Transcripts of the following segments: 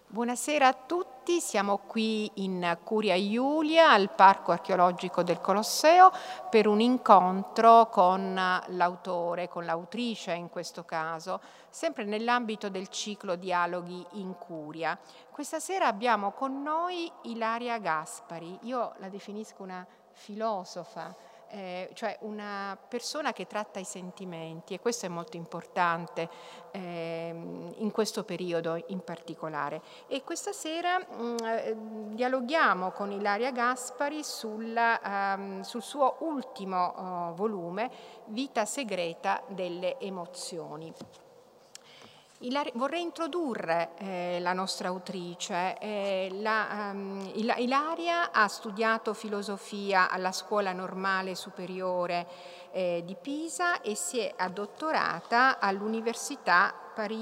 Buonasera a tutti, siamo qui in Curia Iulia al Parco Archeologico del Colosseo per un incontro con l'autore, con l'autrice in questo caso, sempre nell'ambito del ciclo Dialoghi in Curia. Questa sera abbiamo con noi Ilaria Gaspari, io la definisco una filosofa, cioè una persona che tratta i sentimenti, e questo è molto importante in questo periodo in particolare. E questa sera dialoghiamo con Ilaria Gaspari sul suo ultimo volume, Vita segreta delle emozioni. Vorrei introdurre la nostra autrice. Ilaria ha studiato filosofia alla Scuola Normale Superiore di Pisa e si è addottorata all'Università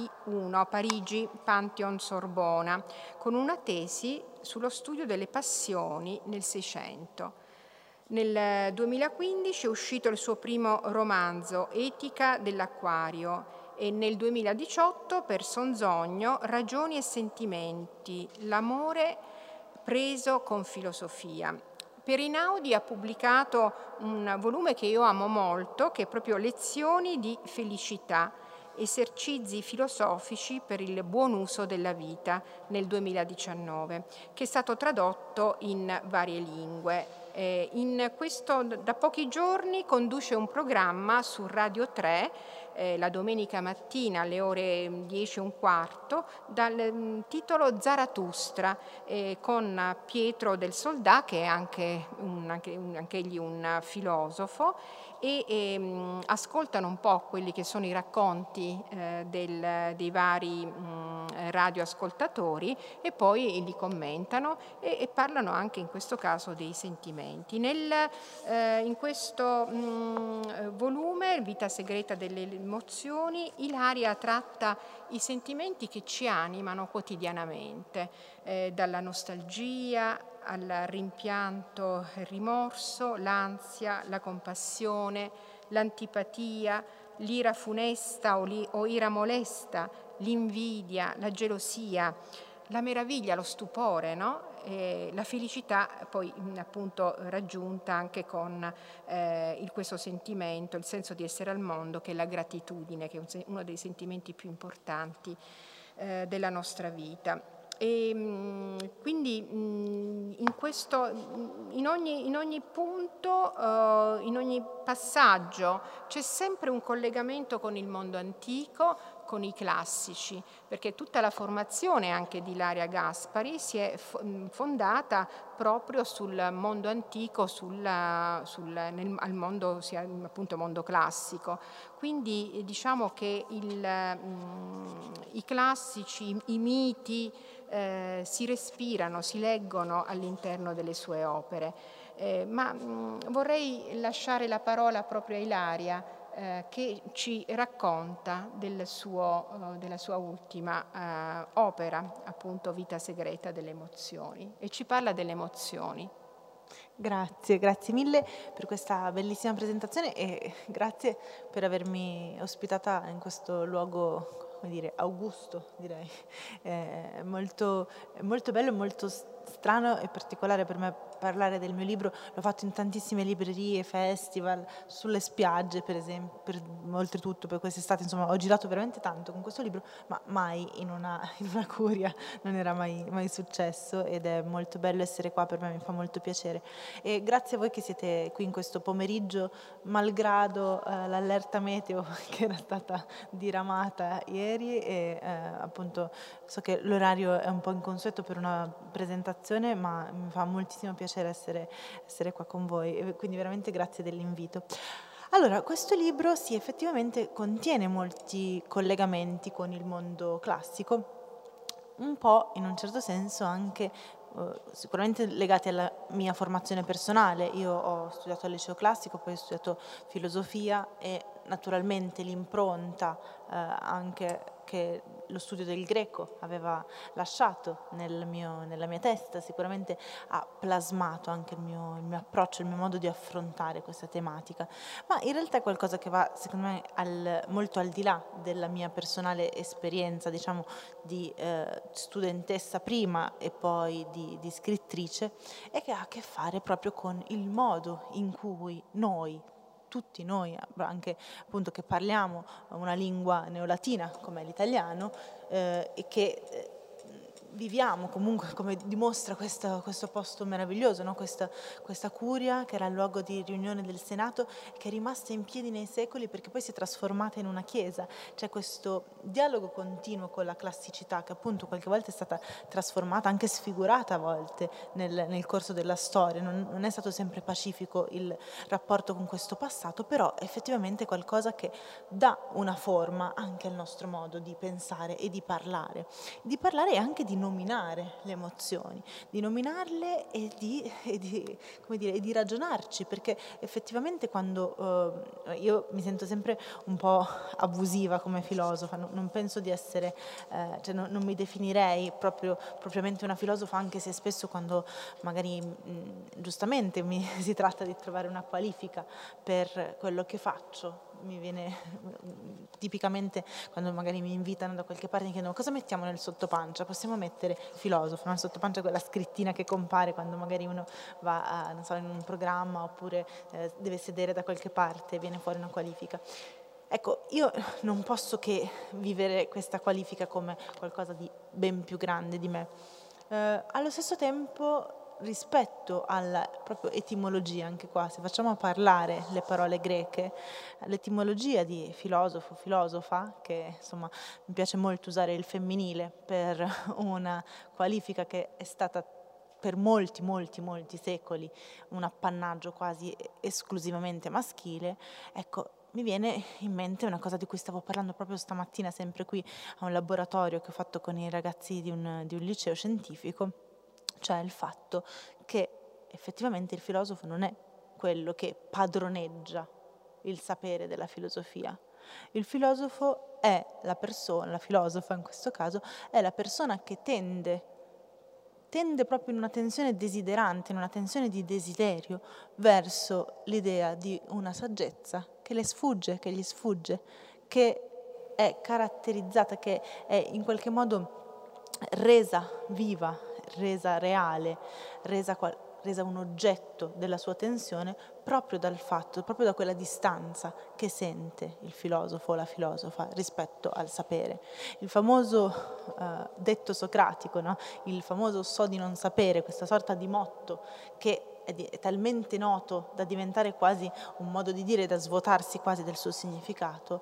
Parigi Pantheon-Sorbona con una tesi sullo studio delle passioni nel Seicento. Nel 2015 è uscito il suo primo romanzo, Etica dell'acquario, e nel 2018 per Sonzogno, Ragioni e sentimenti, l'amore preso con filosofia. Per Einaudi ha pubblicato un volume che io amo molto, che è proprio Lezioni di felicità, esercizi filosofici per il buon uso della vita, nel 2019, che è stato tradotto in varie lingue. Da pochi giorni conduce un programma su Radio 3, la domenica mattina alle ore 10:15, dal titolo Zarathustra, con Pietro del Soldà, che è anch'egli un filosofo, e ascoltano un po' quelli che sono i racconti dei vari radioascoltatori e poi li commentano e parlano anche in questo caso dei sentimenti. In questo volume, Vita segreta delle emozioni, Ilaria tratta i sentimenti che ci animano quotidianamente, dalla nostalgia al rimpianto e rimorso, l'ansia, la compassione, l'antipatia, l'ira funesta o ira molesta, l'invidia, la gelosia, la meraviglia, lo stupore, no? La felicità poi appunto raggiunta anche con questo sentimento, il senso di essere al mondo, che è la gratitudine, che è uno dei sentimenti più importanti della nostra vita. E quindi in ogni punto, in ogni passaggio c'è sempre un collegamento con il mondo antico, con i classici, perché tutta la formazione anche di Ilaria Gaspari si è fondata proprio sul mondo antico, al mondo, sia appunto mondo classico. Quindi diciamo che i classici, i miti si respirano, si leggono all'interno delle sue opere. Ma vorrei lasciare la parola proprio a Ilaria, che ci racconta della sua ultima opera, appunto Vita segreta delle emozioni, e ci parla delle emozioni. Grazie mille per questa bellissima presentazione e grazie per avermi ospitata in questo luogo, come dire, augusto, direi. Molto bello e molto strano e particolare per me parlare del mio libro. L'ho fatto in tantissime librerie, festival, sulle spiagge per esempio, oltretutto per quest'estate, insomma ho girato veramente tanto con questo libro, ma mai in una curia, non era mai successo, ed è molto bello essere qua, per me mi fa molto piacere. E grazie a voi che siete qui in questo pomeriggio, malgrado l'allerta meteo che era stata diramata ieri, e appunto so che l'orario è un po' inconsueto per una presentazione, ma mi fa moltissimo piacere essere qua con voi, e quindi veramente grazie dell'invito. Allora, questo libro sì, effettivamente contiene molti collegamenti con il mondo classico, un po' in un certo senso anche sicuramente legati alla mia formazione personale. Io ho studiato al liceo classico, poi ho studiato filosofia e naturalmente l'impronta anche che lo studio del greco aveva lasciato nella mia testa, sicuramente ha plasmato anche il mio approccio, il mio modo di affrontare questa tematica, ma in realtà è qualcosa che va secondo me molto al di là della mia personale esperienza, diciamo, di studentessa prima e poi di scrittrice, e che ha a che fare proprio con il modo in cui tutti noi, anche appunto che parliamo una lingua neolatina come l'italiano, e che viviamo comunque, come dimostra questo posto meraviglioso, no? Questa curia che era il luogo di riunione del Senato, che è rimasta in piedi nei secoli perché poi si è trasformata in una chiesa. C'è questo dialogo continuo con la classicità che appunto qualche volta è stata trasformata, anche sfigurata a volte nel corso della storia. Non è stato sempre pacifico il rapporto con questo passato, però effettivamente è qualcosa che dà una forma anche al nostro modo di pensare e di parlare e anche di nominare le emozioni, di nominarle e di ragionarci, perché effettivamente quando io mi sento sempre un po' abusiva come filosofa, non penso di essere, cioè non mi definirei propriamente una filosofa, anche se spesso quando magari giustamente si tratta di trovare una qualifica per quello che faccio, mi viene tipicamente quando magari mi invitano da qualche parte mi chiedono cosa mettiamo nel sottopancia, possiamo mettere filosofo, no? Il sottopancia è quella scrittina che compare quando magari uno va non so, in un programma oppure deve sedere da qualche parte e viene fuori una qualifica. Ecco, io non posso che vivere questa qualifica come qualcosa di ben più grande di me. Allo stesso tempo, rispetto alla proprio etimologia, anche qua, se facciamo parlare le parole greche, l'etimologia di filosofo, filosofa, che insomma mi piace molto usare il femminile per una qualifica che è stata per molti secoli un appannaggio quasi esclusivamente maschile, ecco, mi viene in mente una cosa di cui stavo parlando proprio stamattina, sempre qui a un laboratorio che ho fatto con i ragazzi di un liceo scientifico, cioè il fatto che effettivamente il filosofo non è quello che padroneggia il sapere della filosofia. Il filosofo è la filosofa in questo caso, è la persona che tende proprio in una tensione desiderante, in una tensione di desiderio verso l'idea di una saggezza che gli sfugge, che è caratterizzata, che è in qualche modo resa viva, resa reale, resa un oggetto della sua tensione proprio da quella distanza che sente il filosofo o la filosofa rispetto al sapere. Il famoso detto socratico, no? Il famoso so di non sapere, questa sorta di motto che è talmente noto da diventare quasi un modo di dire, da svuotarsi quasi del suo significato,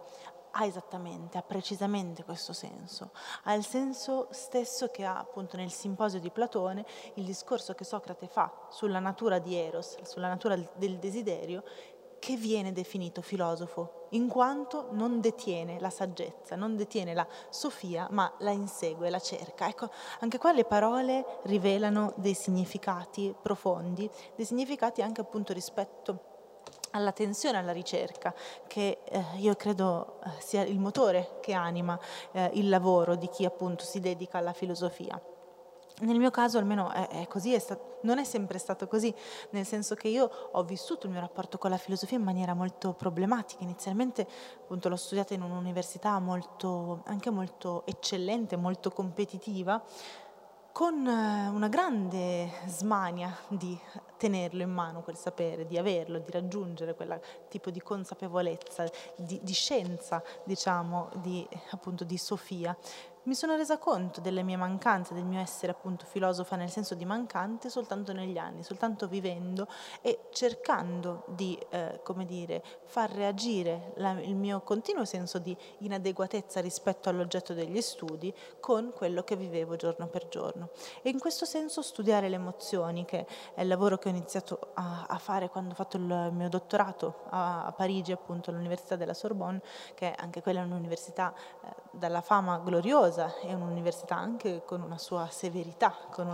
ha precisamente questo senso, ha il senso stesso che ha appunto nel simposio di Platone il discorso che Socrate fa sulla natura di Eros, sulla natura del desiderio, che viene definito filosofo, in quanto non detiene la saggezza, non detiene la sofia, ma la insegue, la cerca. Ecco, anche qua le parole rivelano dei significati profondi, dei significati anche appunto rispetto alla tensione alla ricerca, che io credo sia il motore che anima il lavoro di chi appunto si dedica alla filosofia. Nel mio caso almeno è così, non è sempre stato così, nel senso che io ho vissuto il mio rapporto con la filosofia in maniera molto problematica. Inizialmente appunto l'ho studiata in un'università anche molto eccellente, molto competitiva, con una grande smania di tenerlo in mano quel sapere, di averlo, di raggiungere quel tipo di consapevolezza, di scienza, diciamo, appunto di sofia. Mi sono resa conto delle mie mancanze, del mio essere appunto filosofa nel senso di mancante soltanto negli anni, soltanto vivendo e cercando di, far reagire il mio continuo senso di inadeguatezza rispetto all'oggetto degli studi con quello che vivevo giorno per giorno. E in questo senso studiare le emozioni, che è il lavoro che ho iniziato a fare quando ho fatto il mio dottorato a Parigi, appunto all'Università della Sorbonne, che anche quella è un'università dalla fama gloriosa, è un'università anche con una sua severità, con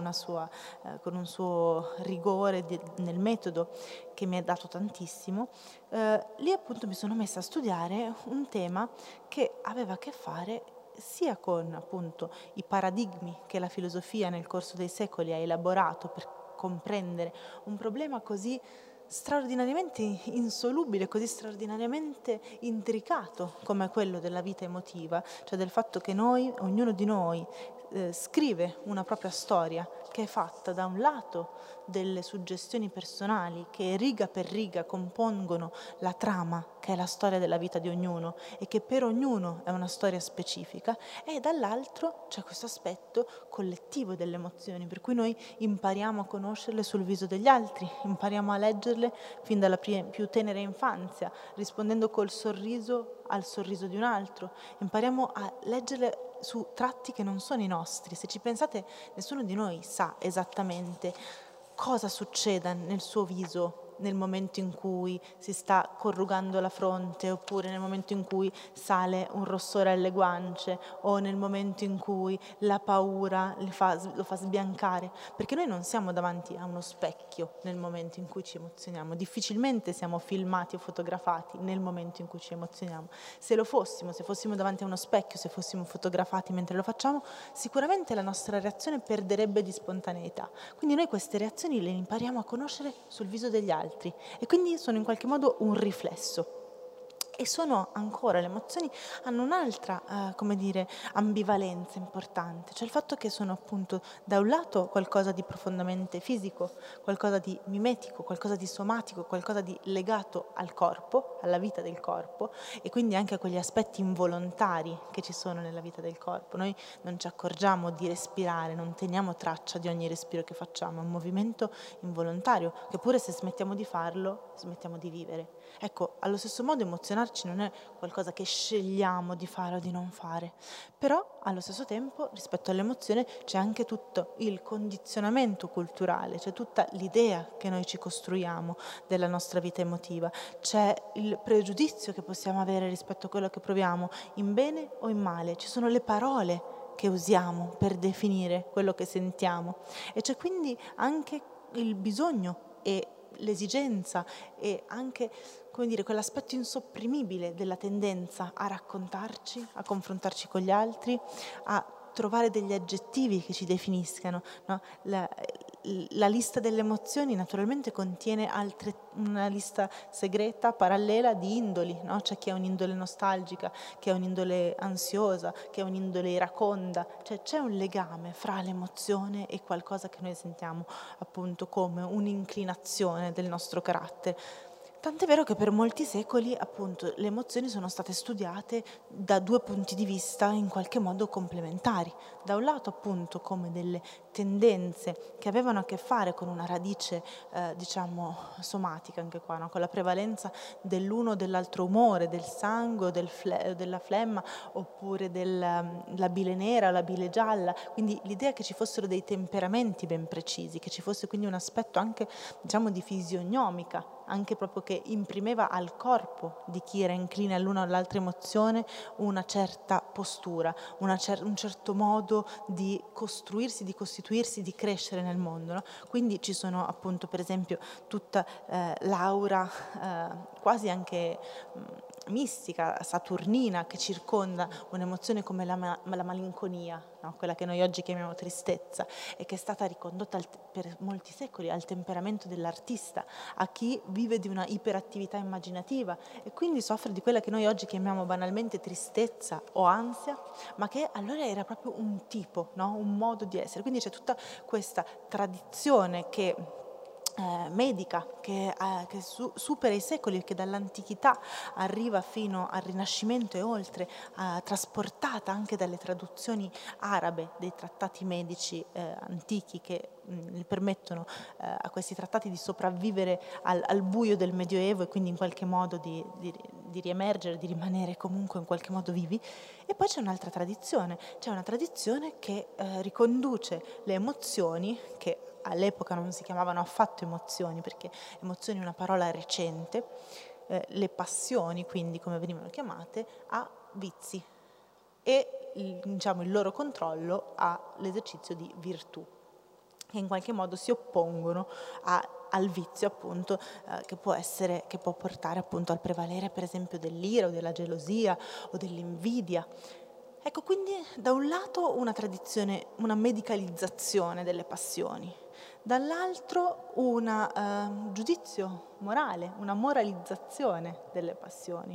un suo rigore nel metodo che mi ha dato tantissimo. Lì appunto mi sono messa a studiare un tema che aveva a che fare sia con appunto i paradigmi che la filosofia nel corso dei secoli ha elaborato per comprendere un problema così straordinariamente insolubile, così straordinariamente intricato come quello della vita emotiva, cioè del fatto che noi, ognuno di noi, scrive una propria storia che è fatta da un lato delle suggestioni personali che riga per riga compongono la trama che è la storia della vita di ognuno e che per ognuno è una storia specifica, e dall'altro c'è questo aspetto collettivo delle emozioni, per cui noi impariamo a conoscerle sul viso degli altri, impariamo a leggerle fin dalla più tenera infanzia, rispondendo col sorriso al sorriso di un altro, impariamo a leggerle su tratti che non sono i nostri. Se ci pensate, nessuno di noi sa esattamente cosa succeda nel suo viso nel momento in cui si sta corrugando la fronte, oppure nel momento in cui sale un rossore alle guance, o nel momento in cui la paura lo fa sbiancare, perché noi non siamo davanti a uno specchio nel momento in cui ci emozioniamo, difficilmente siamo filmati o fotografati nel momento in cui ci emozioniamo. Se lo fossimo, se fossimo davanti a uno specchio, se fossimo fotografati mentre lo facciamo, sicuramente la nostra reazione perderebbe di spontaneità. Quindi noi queste reazioni le impariamo a conoscere sul viso degli altri e quindi sono in qualche modo un riflesso. E sono ancora, le emozioni hanno un'altra, ambivalenza importante, cioè il fatto che sono appunto da un lato qualcosa di profondamente fisico, qualcosa di mimetico, qualcosa di somatico, qualcosa di legato al corpo, alla vita del corpo, e quindi anche a quegli aspetti involontari che ci sono nella vita del corpo. Noi non ci accorgiamo di respirare, non teniamo traccia di ogni respiro che facciamo, è un movimento involontario che pure se smettiamo di farlo, smettiamo di vivere. Ecco, allo stesso modo emozionarci non è qualcosa che scegliamo di fare o di non fare, però allo stesso tempo rispetto all'emozione c'è anche tutto il condizionamento culturale, c'è tutta l'idea che noi ci costruiamo della nostra vita emotiva, c'è il pregiudizio che possiamo avere rispetto a quello che proviamo, in bene o in male, ci sono le parole che usiamo per definire quello che sentiamo e c'è quindi anche il bisogno e l'esigenza e anche, come dire, quell'aspetto insopprimibile della tendenza a raccontarci, a confrontarci con gli altri, a trovare degli aggettivi che ci definiscano, no? La lista delle emozioni naturalmente contiene una lista segreta, parallela di indoli, no? C'è chi ha un'indole nostalgica, chi ha un'indole ansiosa, chi ha un'indole iraconda, cioè c'è un legame fra l'emozione e qualcosa che noi sentiamo appunto come un'inclinazione del nostro carattere. Tant'è vero che per molti secoli, appunto, le emozioni sono state studiate da due punti di vista in qualche modo complementari. Da un lato, appunto, come delle tendenze che avevano a che fare con una radice, somatica anche qua, no? Con la prevalenza dell'uno o dell'altro umore, del sangue, della flemma, oppure della bile nera, la bile gialla. Quindi l'idea che ci fossero dei temperamenti ben precisi, che ci fosse quindi un aspetto anche, di fisionomica, anche proprio che imprimeva al corpo di chi era incline all'una o all'altra emozione una certa postura, un certo modo di costruirsi, di costituirsi, di crescere nel mondo, no? Quindi ci sono appunto per esempio tutta l'aura quasi anche mistica, saturnina, che circonda un'emozione come la malinconia, no? Quella che noi oggi chiamiamo tristezza e che è stata ricondotta per molti secoli al temperamento dell'artista, a chi vive di una iperattività immaginativa e quindi soffre di quella che noi oggi chiamiamo banalmente tristezza o ansia, ma che allora era proprio un tipo, no? Un modo di essere. Quindi c'è tutta questa tradizione che medica che supera i secoli, che dall'antichità arriva fino al Rinascimento e oltre, trasportata anche dalle traduzioni arabe dei trattati medici antichi che gli permettono a questi trattati di sopravvivere al buio del Medioevo e quindi in qualche modo di riemergere, di rimanere comunque in qualche modo vivi. E poi c'è un'altra tradizione, c'è una tradizione che riconduce le emozioni, che all'epoca non si chiamavano affatto emozioni, perché emozioni è una parola recente, le passioni, quindi come venivano chiamate, a vizi. e diciamo, il loro controllo all'esercizio di virtù, che in qualche modo si oppongono al vizio appunto che può portare appunto al prevalere per esempio dell'ira o della gelosia o dell'invidia. Ecco, quindi da un lato una tradizione, una medicalizzazione delle passioni, dall'altro un giudizio morale, una moralizzazione delle passioni.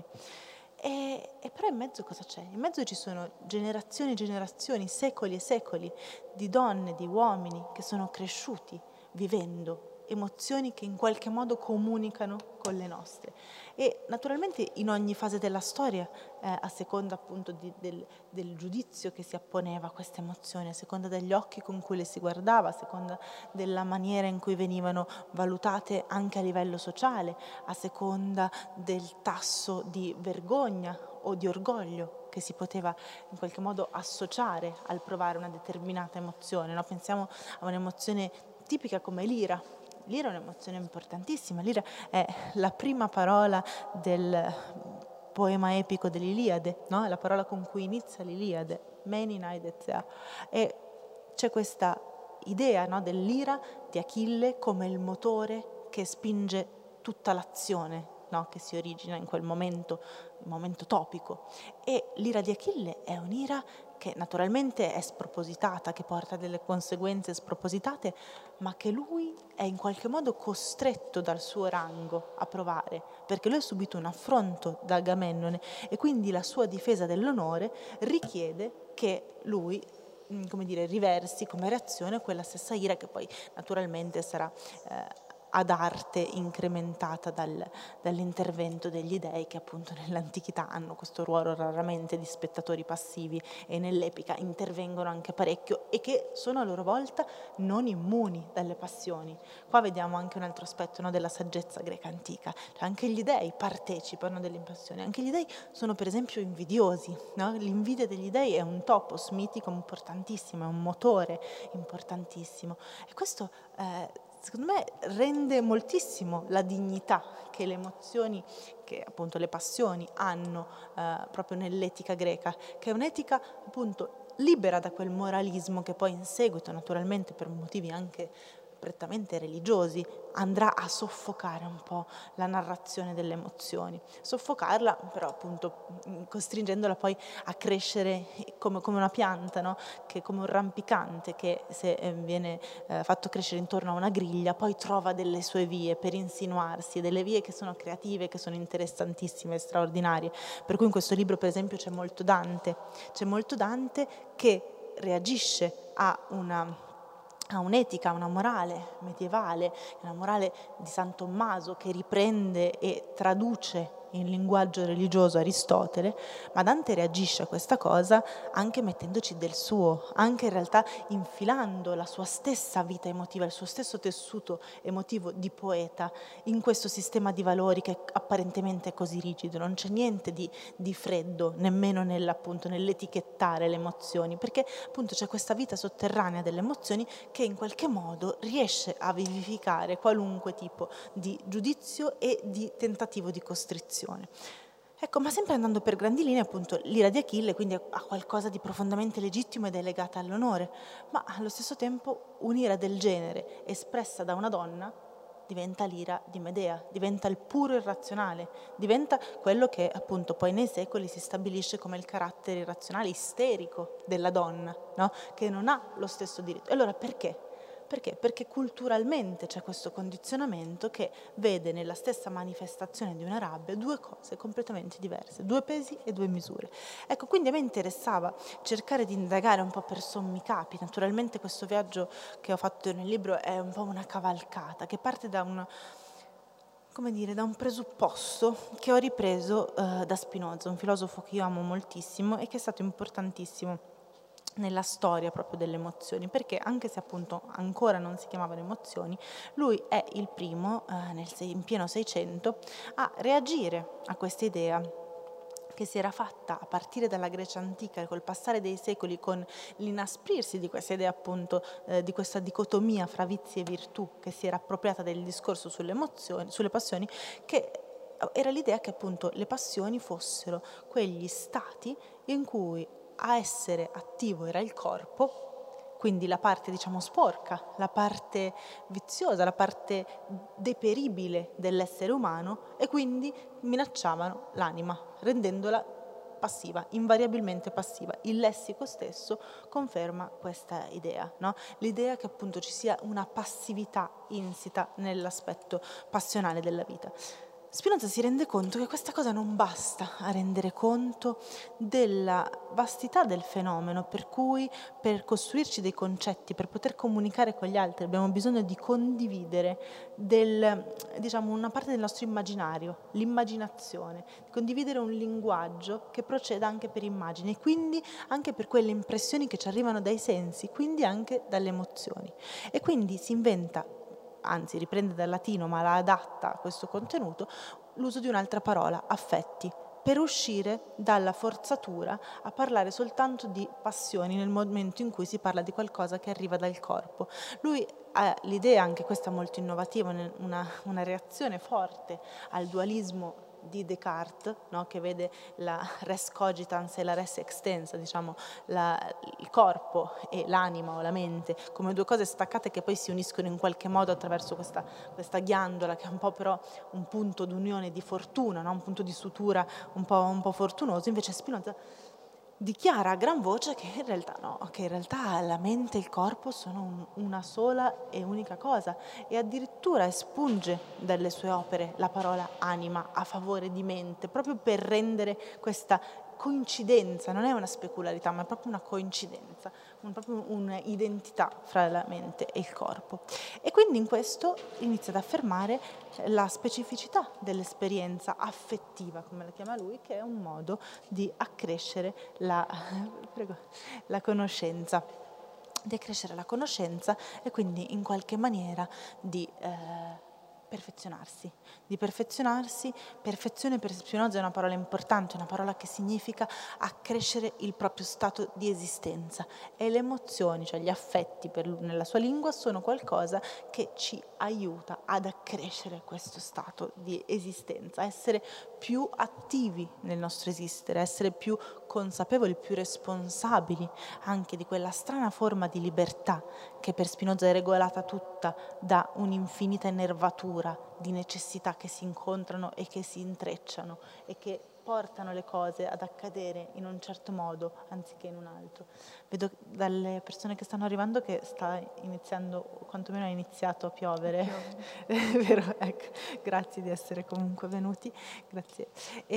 E però in mezzo cosa c'è? In mezzo ci sono generazioni e generazioni, secoli e secoli di donne, di uomini che sono cresciuti vivendo emozioni che in qualche modo comunicano con le nostre. E naturalmente in ogni fase della storia, a seconda appunto del giudizio che si apponeva a queste emozioni, a seconda degli occhi con cui le si guardava, a seconda della maniera in cui venivano valutate anche a livello sociale, a seconda del tasso di vergogna o di orgoglio che si poteva in qualche modo associare al provare una determinata emozione, no? Pensiamo a un'emozione tipica come l'ira. L'ira è un'emozione importantissima, l'ira è la prima parola del poema epico dell'Iliade, no? È la parola con cui inizia l'Iliade, Meni Naidezea. E c'è questa idea, no, dell'ira di Achille come il motore che spinge tutta l'azione, no, che si origina in quel momento, il momento topico. E l'ira di Achille è un'ira che naturalmente è spropositata, che porta delle conseguenze spropositate, ma che lui è in qualche modo costretto dal suo rango a provare, perché lui ha subito un affronto da Agamennone e quindi la sua difesa dell'onore richiede che lui, come dire, riversi come reazione quella stessa ira che poi naturalmente sarà ad arte incrementata dall'intervento degli dei, che appunto nell'antichità hanno questo ruolo raramente di spettatori passivi e nell'epica intervengono anche parecchio e che sono a loro volta non immuni dalle passioni. Qua vediamo anche un altro aspetto, no, della saggezza greca antica, cioè anche gli dei partecipano delle passioni, anche gli dei sono per esempio invidiosi, no? L'invidia degli dei è un topos mitico importantissimo, è un motore importantissimo e questo secondo me rende moltissimo la dignità che le emozioni, che appunto le passioni hanno proprio nell'etica greca, che è un'etica appunto libera da quel moralismo che poi in seguito naturalmente per motivi anche prettamente religiosi andrà a soffocare un po' la narrazione delle emozioni, soffocarla però appunto costringendola poi a crescere come una pianta, no? Che come un rampicante che se viene fatto crescere intorno a una griglia poi trova delle sue vie per insinuarsi, delle vie che sono creative, che sono interessantissime e straordinarie, per cui in questo libro per esempio c'è molto Dante che reagisce a un'etica, una morale medievale, una morale di San Tommaso che riprende e traduce in linguaggio religioso Aristotele, ma Dante reagisce a questa cosa anche mettendoci del suo, anche in realtà infilando la sua stessa vita emotiva, il suo stesso tessuto emotivo di poeta in questo sistema di valori che apparentemente è così rigido. Non c'è niente di freddo, nemmeno nell'etichettare le emozioni, perché appunto c'è questa vita sotterranea delle emozioni che in qualche modo riesce a vivificare qualunque tipo di giudizio e di tentativo di costrizione. Ecco, ma sempre andando per grandi linee, appunto, l'ira di Achille quindi ha qualcosa di profondamente legittimo ed è legata all'onore, ma allo stesso tempo un'ira del genere espressa da una donna diventa l'ira di Medea, diventa il puro irrazionale, diventa quello che appunto poi nei secoli si stabilisce come il carattere irrazionale, isterico della donna, no? Che non ha lo stesso diritto. E allora perché? Perché? Perché culturalmente c'è questo condizionamento che vede nella stessa manifestazione di una rabbia due cose completamente diverse, due pesi e due misure. Ecco, quindi a me interessava cercare di indagare un po' per sommi capi. Naturalmente questo viaggio che ho fatto nel libro è un po' una cavalcata che parte da un presupposto che ho ripreso da Spinoza, un filosofo che io amo moltissimo e che è stato importantissimo nella storia proprio delle emozioni, perché anche se appunto ancora non si chiamavano emozioni, lui è il primo in pieno 600 a reagire a questa idea che si era fatta a partire dalla Grecia antica col passare dei secoli, con l'inasprirsi di questa idea appunto di questa dicotomia fra vizi e virtù che si era appropriata del discorso sulle emozioni, sulle passioni, che era l'idea che appunto le passioni fossero quegli stati in cui a essere attivo era il corpo, quindi la parte diciamo sporca, la parte viziosa, la parte deperibile dell'essere umano, e quindi minacciavano l'anima, rendendola passiva, invariabilmente passiva. Il lessico stesso conferma questa idea, no? L'idea che appunto ci sia una passività insita nell'aspetto passionale della vita. Spinoza si rende conto che questa cosa non basta a rendere conto della vastità del fenomeno, per cui per costruirci dei concetti, per poter comunicare con gli altri, abbiamo bisogno di condividere una parte del nostro immaginario, l'immaginazione, di condividere un linguaggio che proceda anche per immagini, quindi anche per quelle impressioni che ci arrivano dai sensi, quindi anche dalle emozioni. E quindi si inventa, anzi riprende dal latino ma la adatta a questo contenuto, l'uso di un'altra parola, affetti, per uscire dalla forzatura a parlare soltanto di passioni nel momento in cui si parla di qualcosa che arriva dal corpo. Lui ha l'idea, anche questa molto innovativa, una reazione forte al dualismo di Descartes, no? Che vede la res cogitans e la res extensa, diciamo il corpo e l'anima o la mente come due cose staccate che poi si uniscono in qualche modo attraverso questa ghiandola che è un po' però un punto d'unione di fortuna, no? Un punto di sutura un po' fortunoso. Invece Spinoza dichiara a gran voce che in realtà no, che in realtà la mente e il corpo sono una sola e unica cosa, e addirittura espunge dalle sue opere la parola anima a favore di mente, proprio per rendere questa coincidenza, non è una specularità, ma è proprio una coincidenza, proprio un'identità fra la mente e il corpo. E quindi in questo inizia ad affermare la specificità dell'esperienza affettiva, come la chiama lui, che è un modo di accrescere la conoscenza, e quindi in qualche maniera di perfezionarsi. Perfezione per Spinoza è una parola importante, una parola che significa accrescere il proprio stato di esistenza, e le emozioni, cioè gli affetti nella sua lingua, sono qualcosa che ci aiuta ad accrescere questo stato di esistenza, a essere più attivi nel nostro esistere, a essere più consapevoli, più responsabili anche di quella strana forma di libertà che per Spinoza è regolata tutta da un'infinita nervatura di necessità che si incontrano e che si intrecciano e che portano le cose ad accadere in un certo modo anziché in un altro. Vedo dalle persone che stanno arrivando che sta iniziando, quantomeno ha iniziato a piovere. Vero? Ecco. Grazie di essere comunque venuti. Grazie.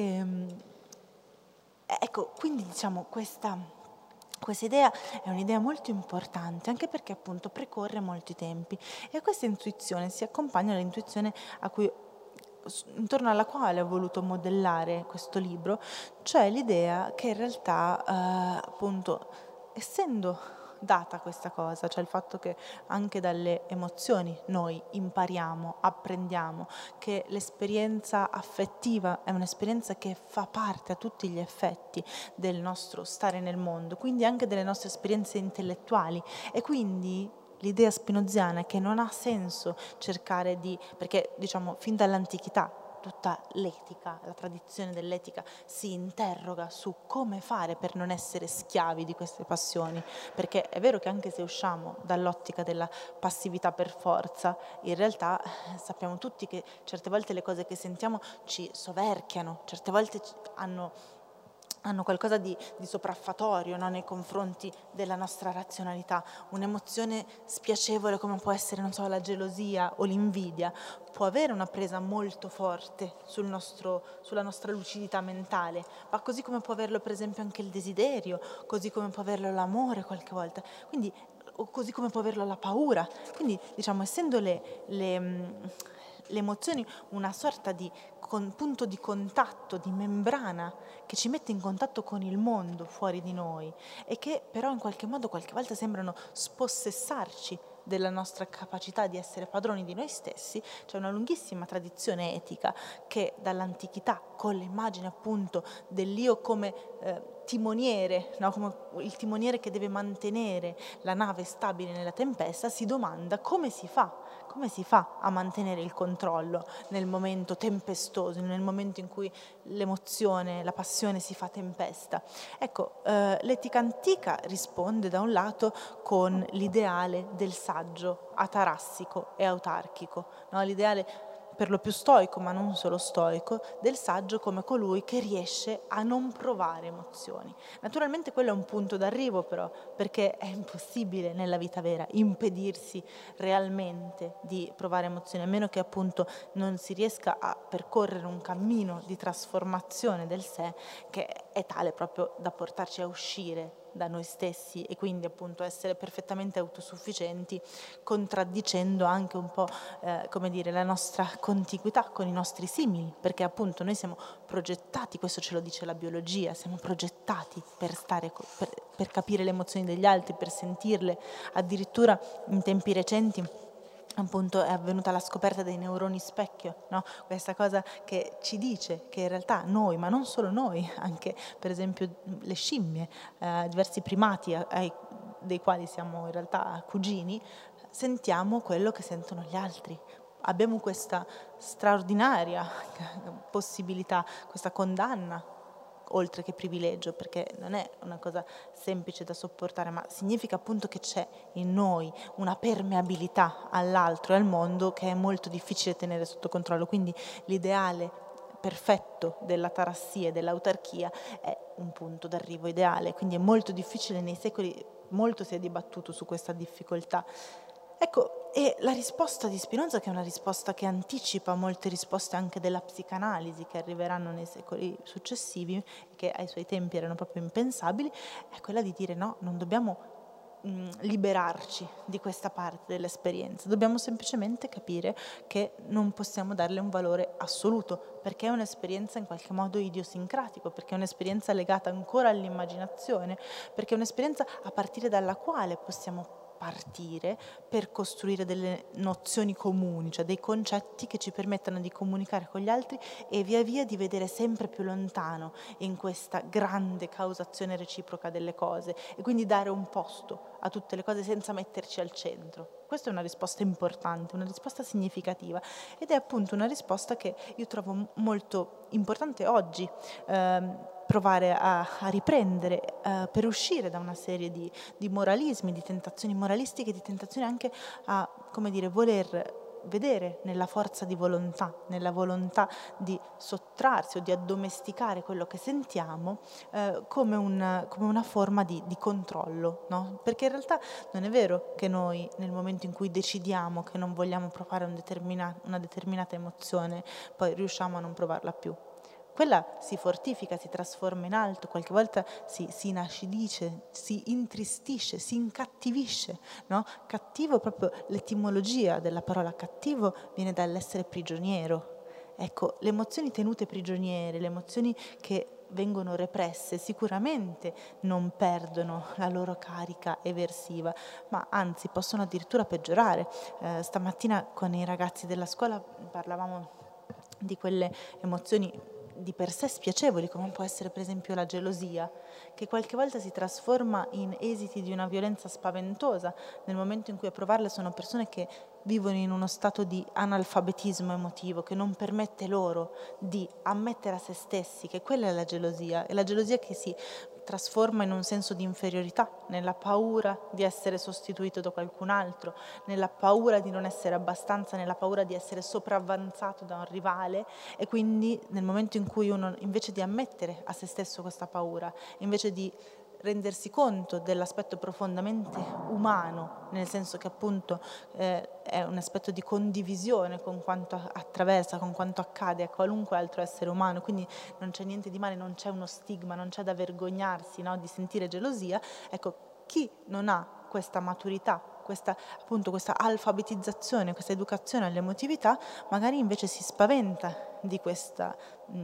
Ecco, quindi diciamo questa idea è un'idea molto importante, anche perché appunto precorre molti tempi, e a questa intuizione si accompagna l'intuizione intorno alla quale ho voluto modellare questo libro, cioè l'idea che in realtà appunto, essendo data questa cosa, cioè il fatto che anche dalle emozioni noi impariamo, apprendiamo, che l'esperienza affettiva è un'esperienza che fa parte a tutti gli effetti del nostro stare nel mondo, quindi anche delle nostre esperienze intellettuali, e quindi l'idea spinoziana è che non ha senso cercare perché diciamo fin dall'antichità tutta l'etica, la tradizione dell'etica si interroga su come fare per non essere schiavi di queste passioni, perché è vero che anche se usciamo dall'ottica della passività per forza, in realtà sappiamo tutti che certe volte le cose che sentiamo ci soverchiano, certe volte hanno qualcosa di sopraffatorio, no? Nei confronti della nostra razionalità. Un'emozione spiacevole come può essere, non so, la gelosia o l'invidia, può avere una presa molto forte sulla nostra lucidità mentale, ma così come può averlo per esempio anche il desiderio, così come può averlo l'amore qualche volta, quindi, o così come può averlo la paura. Quindi diciamo, essendo le emozioni una sorta di punto di contatto, di membrana che ci mette in contatto con il mondo fuori di noi, e che però in qualche modo qualche volta sembrano spossessarci della nostra capacità di essere padroni di noi stessi, c'è una lunghissima tradizione etica che dall'antichità, con l'immagine appunto dell'io come timoniere, no? Come il timoniere che deve mantenere la nave stabile nella tempesta, si domanda come si fa a mantenere il controllo nel momento tempestoso, nel momento in cui l'emozione, la passione si fa tempesta. Ecco, l'etica antica risponde da un lato con l'ideale del saggio atarassico e autarchico, no? L'ideale per lo più stoico, ma non solo stoico, del saggio come colui che riesce a non provare emozioni. Naturalmente quello è un punto d'arrivo però, perché è impossibile nella vita vera impedirsi realmente di provare emozioni, a meno che appunto non si riesca a percorrere un cammino di trasformazione del sé che è tale proprio da portarci a uscire da noi stessi e quindi appunto essere perfettamente autosufficienti, contraddicendo anche un po' la nostra contiguità con i nostri simili, perché appunto noi siamo progettati, questo ce lo dice la biologia, siamo progettati per stare per capire le emozioni degli altri, per sentirle. Addirittura in tempi recenti appunto è avvenuta la scoperta dei neuroni specchio, no? Questa cosa che ci dice che in realtà noi, ma non solo noi, anche per esempio le scimmie, diversi primati dei quali siamo in realtà cugini, sentiamo quello che sentono gli altri. Abbiamo questa straordinaria possibilità, questa condanna, oltre che privilegio, perché non è una cosa semplice da sopportare, ma significa appunto che c'è in noi una permeabilità all'altro e al mondo che è molto difficile tenere sotto controllo. Quindi l'ideale perfetto dell'atarassia e dell'autarchia è un punto d'arrivo ideale, quindi è molto difficile, nei secoli molto si è dibattuto su questa difficoltà. Ecco, e la risposta di Spinoza, che è una risposta che anticipa molte risposte anche della psicanalisi che arriveranno nei secoli successivi, che ai suoi tempi erano proprio impensabili, è quella di dire no, non dobbiamo liberarci di questa parte dell'esperienza, dobbiamo semplicemente capire che non possiamo darle un valore assoluto, perché è un'esperienza in qualche modo idiosincratico, perché è un'esperienza legata ancora all'immaginazione, perché è un'esperienza a partire dalla quale possiamo partire per costruire delle nozioni comuni, cioè dei concetti che ci permettano di comunicare con gli altri e via via di vedere sempre più lontano in questa grande causazione reciproca delle cose e quindi dare un posto a tutte le cose senza metterci al centro. Questa è una risposta importante, una risposta significativa ed è appunto una risposta che io trovo molto importante oggi provare a riprendere per uscire da una serie di moralismi, di tentazioni moralistiche, di tentazioni anche a, come dire, voler vedere nella forza di volontà, nella volontà di sottrarsi o di addomesticare quello che sentiamo come una forma di controllo, no? Perché in realtà non è vero che noi nel momento in cui decidiamo che non vogliamo provare una determinata emozione poi riusciamo a non provarla più. Quella si fortifica, si trasforma in alto, qualche volta si inacidisce, si intristisce, si incattivisce, no? Cattivo, proprio l'etimologia della parola cattivo viene dall'essere prigioniero. Ecco, le emozioni tenute prigioniere, le emozioni che vengono represse sicuramente non perdono la loro carica eversiva, ma anzi possono addirittura peggiorare. Stamattina con i ragazzi della scuola parlavamo di quelle emozioni di per sé spiacevoli, come può essere per esempio la gelosia, che qualche volta si trasforma in esiti di una violenza spaventosa, nel momento in cui a provarle sono persone che vivono in uno stato di analfabetismo emotivo, che non permette loro di ammettere a se stessi che quella è la gelosia che si trasforma in un senso di inferiorità, nella paura di essere sostituito da qualcun altro, nella paura di non essere abbastanza, nella paura di essere sopravvanzato da un rivale e quindi nel momento in cui uno invece di ammettere a se stesso questa paura, invece di rendersi conto dell'aspetto profondamente umano, nel senso che appunto è un aspetto di condivisione con quanto attraversa, con quanto accade a qualunque altro essere umano, quindi non c'è niente di male, non c'è uno stigma, non c'è da vergognarsi, no, di sentire gelosia. Ecco, chi non ha questa maturità, questa alfabetizzazione, questa educazione all'emotività, magari invece si spaventa di questo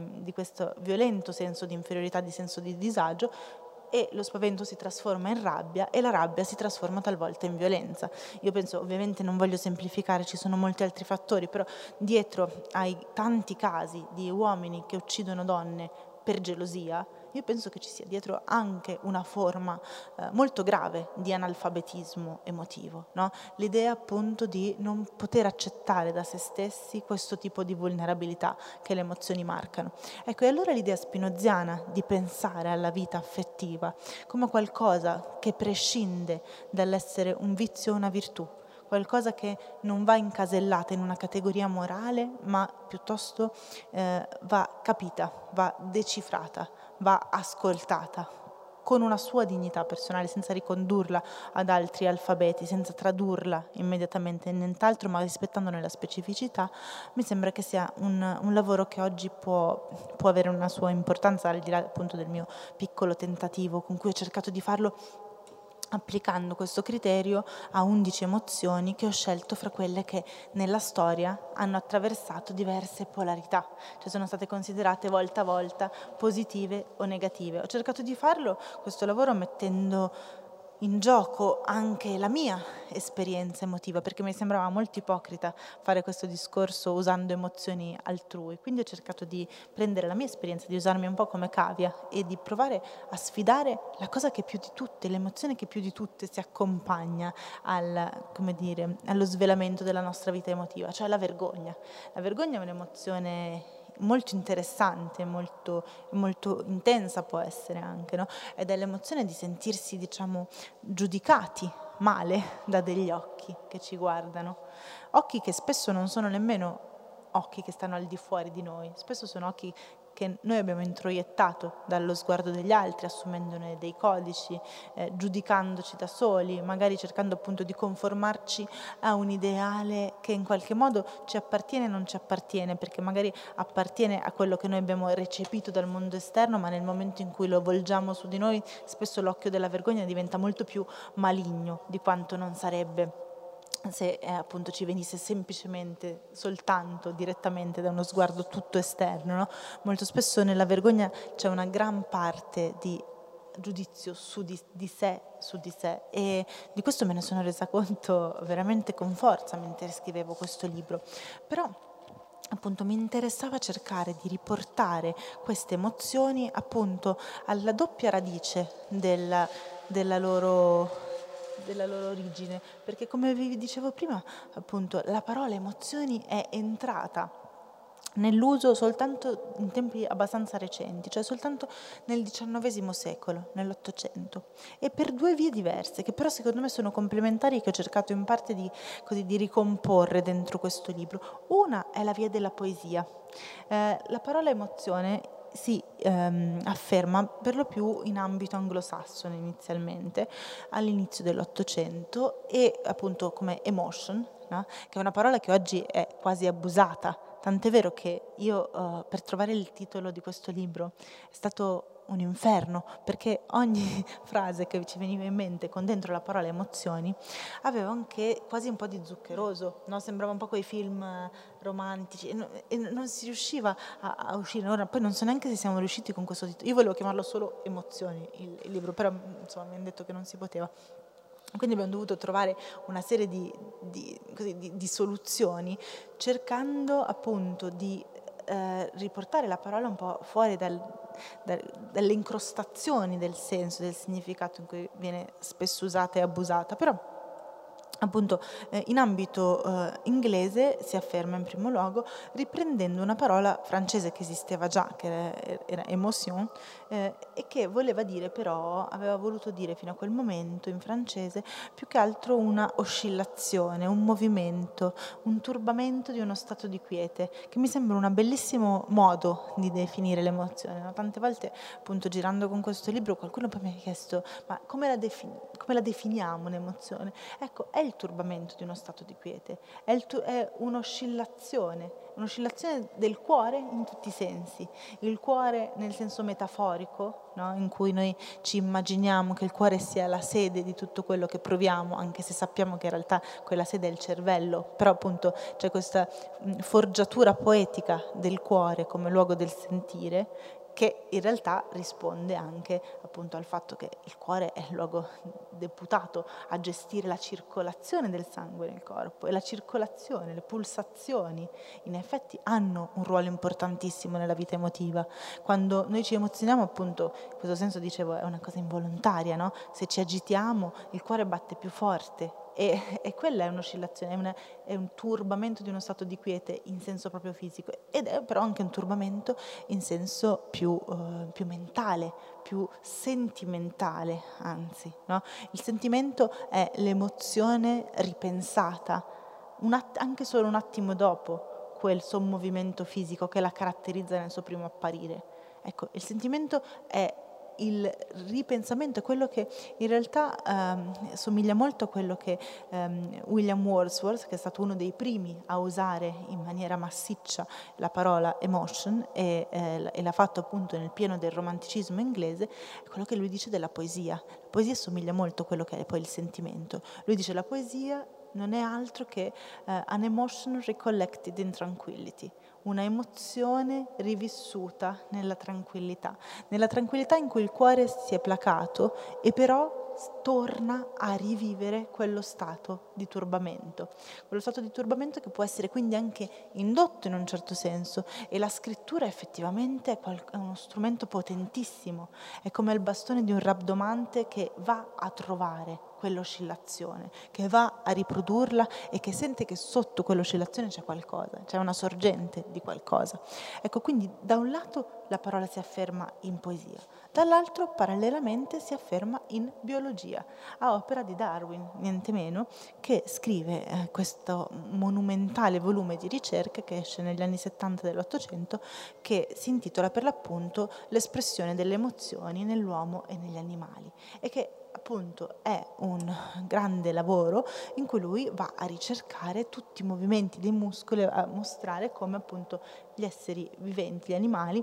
violento senso di inferiorità, di senso di disagio, e lo spavento si trasforma in rabbia e la rabbia si trasforma talvolta in violenza. Io penso, ovviamente non voglio semplificare, ci sono molti altri fattori, però dietro ai tanti casi di uomini che uccidono donne per gelosia, io penso che ci sia dietro anche una forma molto grave di analfabetismo emotivo, no? L'idea appunto di non poter accettare da se stessi questo tipo di vulnerabilità che le emozioni marcano. Ecco, e allora l'idea spinoziana di pensare alla vita affettiva come qualcosa che prescinde dall'essere un vizio o una virtù, qualcosa che non va incasellata in una categoria morale, ma piuttosto va capita, va decifrata, va ascoltata con una sua dignità personale, senza ricondurla ad altri alfabeti, senza tradurla immediatamente in nient'altro, ma rispettandone la specificità. Mi sembra che sia un lavoro che oggi può avere una sua importanza, al di là appunto del mio piccolo tentativo con cui ho cercato di farlo, applicando questo criterio a 11 emozioni che ho scelto fra quelle che nella storia hanno attraversato diverse polarità, cioè sono state considerate volta a volta positive o negative. Ho cercato di farlo, questo lavoro, mettendo in gioco anche la mia esperienza emotiva, perché mi sembrava molto ipocrita fare questo discorso usando emozioni altrui. Quindi ho cercato di prendere la mia esperienza, di usarmi un po' come cavia e di provare a sfidare la cosa che più di tutte, l'emozione che più di tutte si accompagna allo svelamento della nostra vita emotiva, cioè la vergogna. La vergogna è un'emozione molto interessante, molto, molto intensa può essere anche, no? Ed è l'emozione di sentirsi, diciamo, giudicati male da degli occhi che ci guardano, occhi che spesso non sono nemmeno occhi che stanno al di fuori di noi, spesso sono occhi che noi abbiamo introiettato dallo sguardo degli altri, assumendone dei codici, giudicandoci da soli, magari cercando appunto di conformarci a un ideale che in qualche modo ci appartiene e non ci appartiene, perché magari appartiene a quello che noi abbiamo recepito dal mondo esterno, ma nel momento in cui lo volgiamo su di noi, spesso l'occhio della vergogna diventa molto più maligno di quanto non sarebbe se appunto ci venisse semplicemente, soltanto, direttamente da uno sguardo tutto esterno, no? Molto spesso nella vergogna c'è una gran parte di giudizio su di sé, e di questo me ne sono resa conto veramente con forza mentre scrivevo questo libro. Però appunto mi interessava cercare di riportare queste emozioni appunto alla doppia radice della loro origine, perché come vi dicevo prima, appunto, la parola emozioni è entrata nell'uso soltanto in tempi abbastanza recenti, cioè soltanto nel XIX secolo, nell'Ottocento, e per due vie diverse, che però secondo me sono complementari e che ho cercato in parte di ricomporre dentro questo libro. Una è la via della poesia. La parola emozione si afferma per lo più in ambito anglosassone inizialmente, all'inizio dell'Ottocento, e appunto come emotion, no? Che è una parola che oggi è quasi abusata, tant'è vero che io per trovare il titolo di questo libro è stato un inferno, perché ogni frase che ci veniva in mente con dentro la parola emozioni aveva anche quasi un po' di zuccheroso, no? Sembrava un po' quei film romantici, e non si riusciva a uscire. Ora poi non so neanche se siamo riusciti con questo titolo, io volevo chiamarlo solo Emozioni il libro, però insomma mi hanno detto che non si poteva. Quindi abbiamo dovuto trovare una serie di soluzioni, cercando appunto di riportare la parola un po' fuori dalle incrostazioni del senso, del significato in cui viene spesso usata e abusata, però appunto in ambito inglese si afferma in primo luogo riprendendo una parola francese che esisteva già, che era émotion, e che voleva dire, però aveva voluto dire fino a quel momento in francese più che altro una oscillazione, un movimento, un turbamento di uno stato di quiete, che mi sembra un bellissimo modo di definire l'emozione, no? Tante volte appunto girando con questo libro qualcuno poi mi ha chiesto: ma come la definiamo un'emozione? Ecco, è il turbamento di uno stato di quiete, è un'oscillazione del cuore in tutti i sensi. Il cuore nel senso metaforico, no? In cui noi ci immaginiamo che il cuore sia la sede di tutto quello che proviamo, anche se sappiamo che in realtà quella sede è il cervello, però appunto c'è questa forgiatura poetica del cuore come luogo del sentire, che in realtà risponde anche appunto al fatto che il cuore è il luogo deputato a gestire la circolazione del sangue nel corpo, e la circolazione, le pulsazioni in effetti hanno un ruolo importantissimo nella vita emotiva. Quando noi ci emozioniamo, appunto, in questo senso dicevo, è una cosa involontaria, no? Se ci agitiamo il cuore batte più forte, e quella è un'oscillazione, è un turbamento di uno stato di quiete in senso proprio fisico, ed è però anche un turbamento in senso più mentale, più sentimentale, anzi, no? Il sentimento è l'emozione ripensata, anche solo un attimo dopo quel sommovimento fisico che la caratterizza nel suo primo apparire. Ecco, il sentimento è il ripensamento, è quello che in realtà somiglia molto a quello che William Wordsworth, che è stato uno dei primi a usare in maniera massiccia la parola emotion e l'ha fatto appunto nel pieno del romanticismo inglese, è quello che lui dice della poesia. La poesia somiglia molto a quello che è poi il sentimento. Lui dice la poesia non è altro che an emotion recollected in tranquillity, una emozione rivissuta nella tranquillità in cui il cuore si è placato e però torna a rivivere quello stato di turbamento che può essere quindi anche indotto in un certo senso, e la scrittura effettivamente è uno strumento potentissimo, è come il bastone di un rabdomante che va a trovare quell'oscillazione, che va a riprodurla e che sente che sotto quell'oscillazione c'è qualcosa, c'è una sorgente di qualcosa. Ecco, quindi da un lato la parola si afferma in poesia, dall'altro parallelamente si afferma in biologia, a opera di Darwin, niente meno, che scrive questo monumentale volume di ricerche che esce negli anni 70 dell'Ottocento, che si intitola per l'appunto L'espressione delle emozioni nell'uomo e negli animali, e che appunto è un grande lavoro in cui lui va a ricercare tutti i movimenti dei muscoli, a mostrare come appunto gli esseri viventi, gli animali,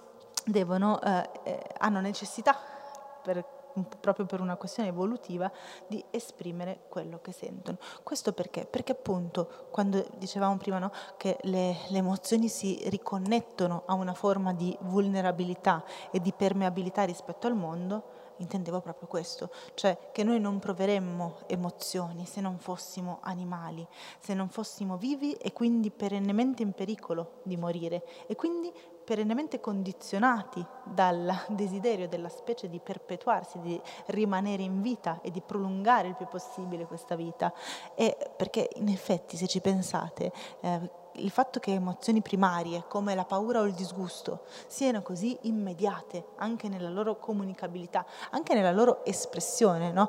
hanno necessità, proprio per una questione evolutiva, di esprimere quello che sentono. Questo perché? Perché appunto, quando dicevamo prima, no, che le emozioni si riconnettono a una forma di vulnerabilità e di permeabilità rispetto al mondo, intendevo proprio questo, cioè che noi non proveremmo emozioni se non fossimo animali, se non fossimo vivi e quindi perennemente in pericolo di morire, e quindi perennemente condizionati dal desiderio della specie di perpetuarsi, di rimanere in vita e di prolungare il più possibile questa vita. E perché in effetti, se ci pensate, il fatto che emozioni primarie come la paura o il disgusto siano così immediate anche nella loro comunicabilità, anche nella loro espressione, no?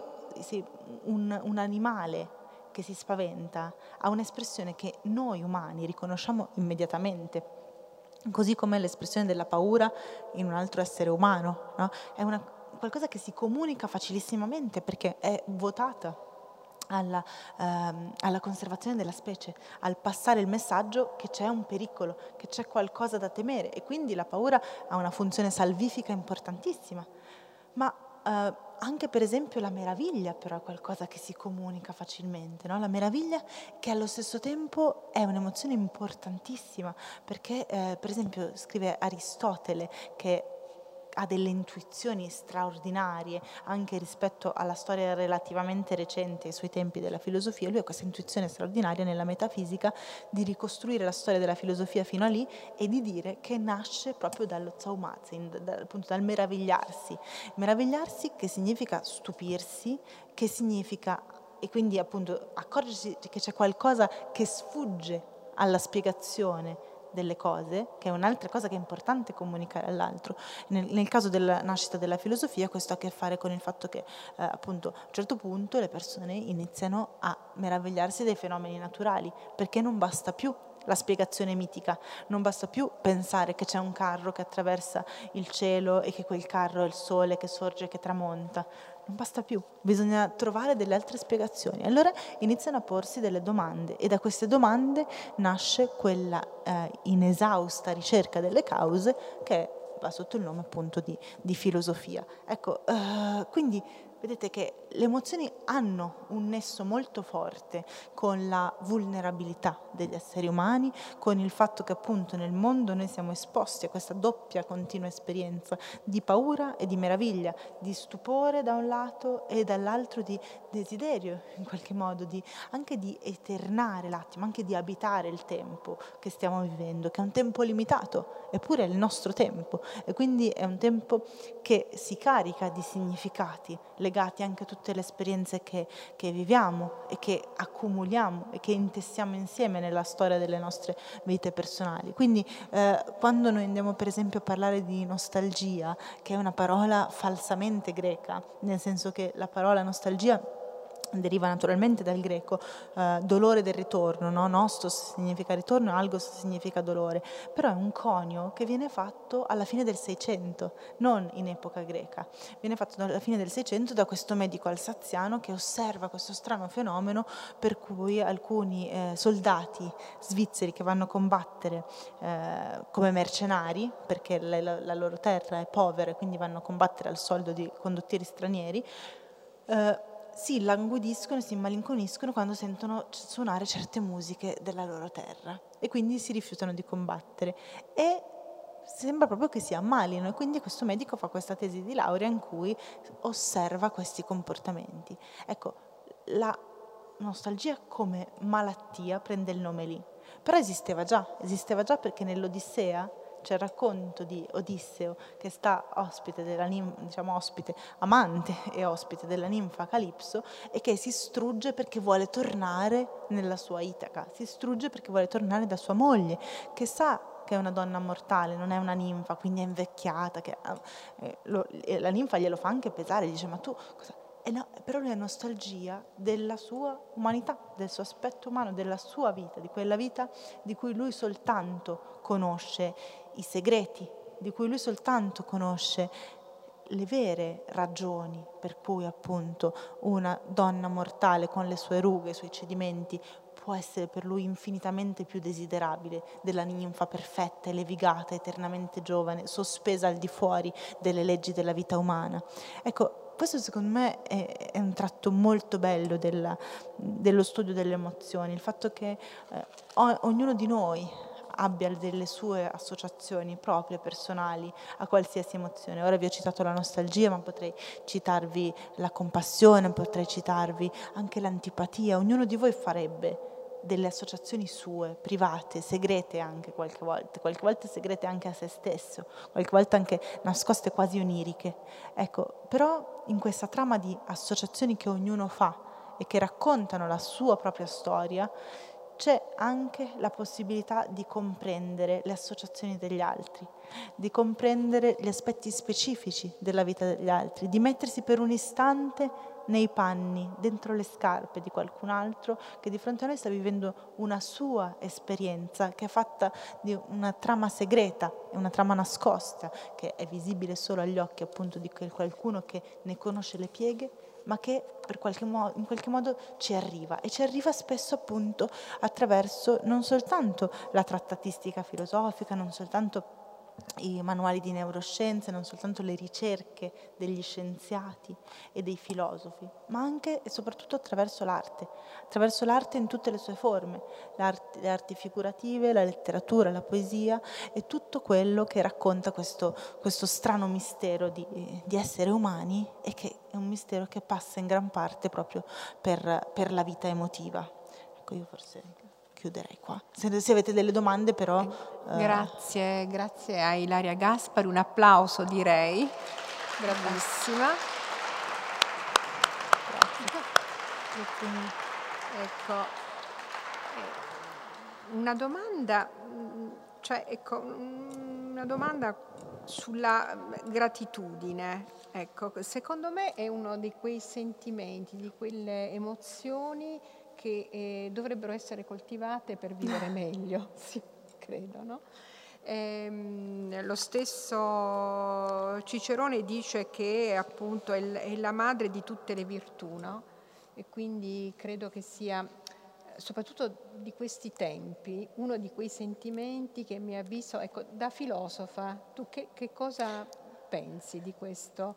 Un animale che si spaventa ha un'espressione che noi umani riconosciamo immediatamente, così come l'espressione della paura in un altro essere umano, no? È qualcosa che si comunica facilissimamente perché è votata alla conservazione della specie, al passare il messaggio che c'è un pericolo, che c'è qualcosa da temere, e quindi la paura ha una funzione salvifica importantissima. Ma anche per esempio la meraviglia però è qualcosa che si comunica facilmente, no? La meraviglia che allo stesso tempo è un'emozione importantissima, perché per esempio scrive Aristotele che ha delle intuizioni straordinarie anche rispetto alla storia relativamente recente ai suoi tempi della filosofia. Lui ha questa intuizione straordinaria nella metafisica di ricostruire la storia della filosofia fino a lì e di dire che nasce proprio dallo Zaumazen, appunto dal meravigliarsi che significa stupirsi, che significa, e quindi appunto accorgersi che c'è qualcosa che sfugge alla spiegazione delle cose, che è un'altra cosa che è importante comunicare all'altro. Nel caso della nascita della filosofia, questo ha a che fare con il fatto che appunto a un certo punto le persone iniziano a meravigliarsi dei fenomeni naturali, perché non basta più la spiegazione mitica, non basta più pensare che c'è un carro che attraversa il cielo e che quel carro è il sole che sorge e che tramonta. Non basta più, bisogna trovare delle altre spiegazioni. Allora iniziano a porsi delle domande, e da queste domande nasce quella inesausta ricerca delle cause che va sotto il nome appunto di filosofia. Ecco, quindi vedete che le emozioni hanno un nesso molto forte con la vulnerabilità degli esseri umani, con il fatto che appunto nel mondo noi siamo esposti a questa doppia continua esperienza di paura e di meraviglia, di stupore da un lato e dall'altro di desiderio in qualche modo, anche di eternare l'attimo, anche di abitare il tempo che stiamo vivendo, che è un tempo limitato, eppure è il nostro tempo, e quindi è un tempo che si carica di significati legati anche a tutte le esperienze che viviamo e che accumuliamo e che intessiamo insieme nella storia delle nostre vite personali. Quindi quando noi andiamo per esempio a parlare di nostalgia, che è una parola falsamente greca, nel senso che la parola nostalgia deriva naturalmente dal greco, dolore del ritorno, no? Nostos significa ritorno, algos significa dolore, però è un conio che viene fatto alla fine del Seicento, non in epoca greca, viene fatto alla fine del Seicento da questo medico alsaziano che osserva questo strano fenomeno per cui alcuni soldati svizzeri che vanno a combattere come mercenari, perché la loro terra è povera e quindi vanno a combattere al soldo di condottieri stranieri, si languidiscono e si immalinconiscono quando sentono suonare certe musiche della loro terra e quindi si rifiutano di combattere e sembra proprio che si ammalino, e quindi questo medico fa questa tesi di laurea in cui osserva questi comportamenti. Ecco, la nostalgia come malattia prende il nome lì, però esisteva già perché nell'Odissea c'è il racconto di Odisseo che sta ospite della ospite, amante e ospite della ninfa Calipso, e che si strugge perché vuole tornare nella sua Itaca, si strugge perché vuole tornare da sua moglie, che sa che è una donna mortale, non è una ninfa, quindi è invecchiata, la ninfa glielo fa anche pesare, dice ma tu cosa... No, però lui ha nostalgia della sua umanità, del suo aspetto umano, della sua vita, di quella vita di cui lui soltanto conosce i segreti, di cui lui soltanto conosce le vere ragioni per cui appunto una donna mortale con le sue rughe, i suoi cedimenti può essere per lui infinitamente più desiderabile della ninfa perfetta e levigata, eternamente giovane, sospesa al di fuori delle leggi della vita umana. Ecco, questo secondo me è un tratto molto bello dello studio delle emozioni, il fatto che ognuno di noi abbia delle sue associazioni proprie, personali, a qualsiasi emozione. Ora vi ho citato la nostalgia, ma potrei citarvi la compassione, potrei citarvi anche l'antipatia. Ognuno di voi farebbe delle associazioni sue, private, segrete anche qualche volta segrete anche a se stesso, qualche volta anche nascoste quasi oniriche. Ecco, però in questa trama di associazioni che ognuno fa e che raccontano la sua propria storia, c'è anche la possibilità di comprendere le associazioni degli altri, di comprendere gli aspetti specifici della vita degli altri, di mettersi per un istante nei panni, dentro le scarpe di qualcun altro che di fronte a noi sta vivendo una sua esperienza che è fatta di una trama segreta, una trama nascosta, che è visibile solo agli occhi appunto di qualcuno che ne conosce le pieghe, ma che in qualche modo ci arriva, e ci arriva spesso appunto attraverso non soltanto la trattatistica filosofica, non soltanto i manuali di neuroscienze, non soltanto le ricerche degli scienziati e dei filosofi, ma anche e soprattutto attraverso l'arte in tutte le sue forme, le arti figurative, la letteratura, la poesia e tutto quello che racconta questo strano mistero di essere umani, e che è un mistero che passa in gran parte proprio per la vita emotiva. Ecco, io forse chiuderei qua. Se avete delle domande però... Grazie a Ilaria Gaspari, un applauso direi, bravissima. Grazie mille. Ecco, una domanda sulla gratitudine. Ecco, secondo me è uno di quei sentimenti, di quelle emozioni che dovrebbero essere coltivate per vivere meglio, sì, credo, no? Lo stesso Cicerone dice che appunto è la madre di tutte le virtù, no? E quindi credo che sia, soprattutto di questi tempi, uno di quei sentimenti che mi avviso, ecco, da filosofa, tu che cosa pensi di questo?